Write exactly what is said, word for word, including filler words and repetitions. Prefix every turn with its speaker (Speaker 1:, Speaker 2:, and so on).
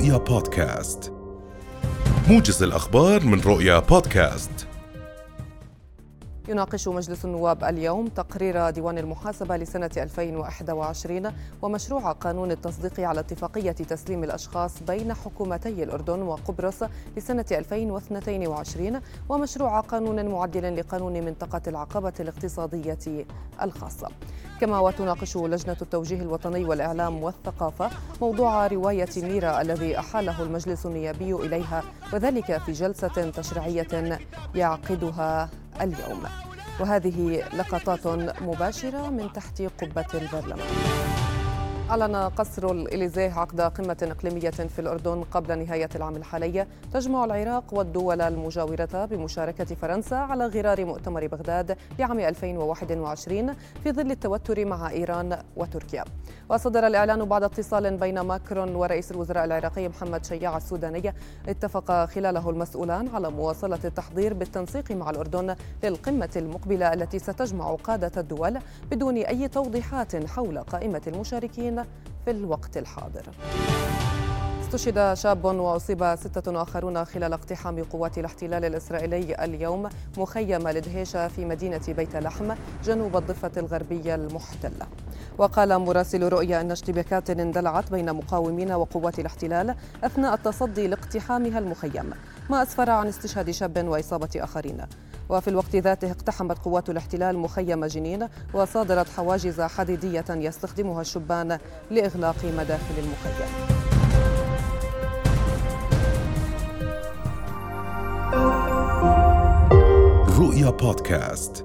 Speaker 1: رؤيا بودكاست، موجز الأخبار من رؤيا بودكاست.
Speaker 2: يناقش مجلس النواب اليوم تقرير ديوان المحاسبة لسنة ألفين وواحد وعشرين ومشروع قانون التصديق على اتفاقية تسليم الأشخاص بين حكومتي الأردن وقبرص لسنة ألفين واثنين وعشرين ومشروع قانون معدل لقانون منطقة العقبة الاقتصادية الخاصة. كما وتناقش لجنة التوجيه الوطني والإعلام والثقافة موضوع رواية ميرا الذي أحاله المجلس النيابي إليها، وذلك في جلسة تشريعية يعقدها اليوم. وهذه لقطات مباشرة من تحت قبة البرلمان. أعلن قصر الإليزيه عقد قمة إقليمية في الأردن قبل نهاية العام الحالي تجمع العراق والدول المجاورة بمشاركة فرنسا على غرار مؤتمر بغداد لعام ألفين وواحد وعشرين في ظل التوتر مع إيران وتركيا. وصدر الإعلان بعد اتصال بين ماكرون ورئيس الوزراء العراقي محمد شياع السوداني اتفق خلاله المسؤولان على مواصلة التحضير بالتنسيق مع الأردن للقمة المقبلة التي ستجمع قادة الدول بدون أي توضيحات حول قائمة المشاركين في الوقت الحاضر. استشهد شاب وأصيب ستة آخرون خلال اقتحام قوات الاحتلال الإسرائيلي اليوم مخيم الدهيشة في مدينة بيت لحم جنوب الضفة الغربية المحتلة. وقال مراسل رؤيا أن اشتباكات اندلعت بين مقاومين وقوات الاحتلال أثناء التصدي لاقتحامها المخيم، ما أسفر عن استشهاد شاب وإصابة آخرين. وفي الوقت ذاته اقتحمت قوات الاحتلال مخيم جنين وصادرت حواجز حديدية يستخدمها الشبان لإغلاق مداخل المخيم.
Speaker 1: رؤيا بودكاست.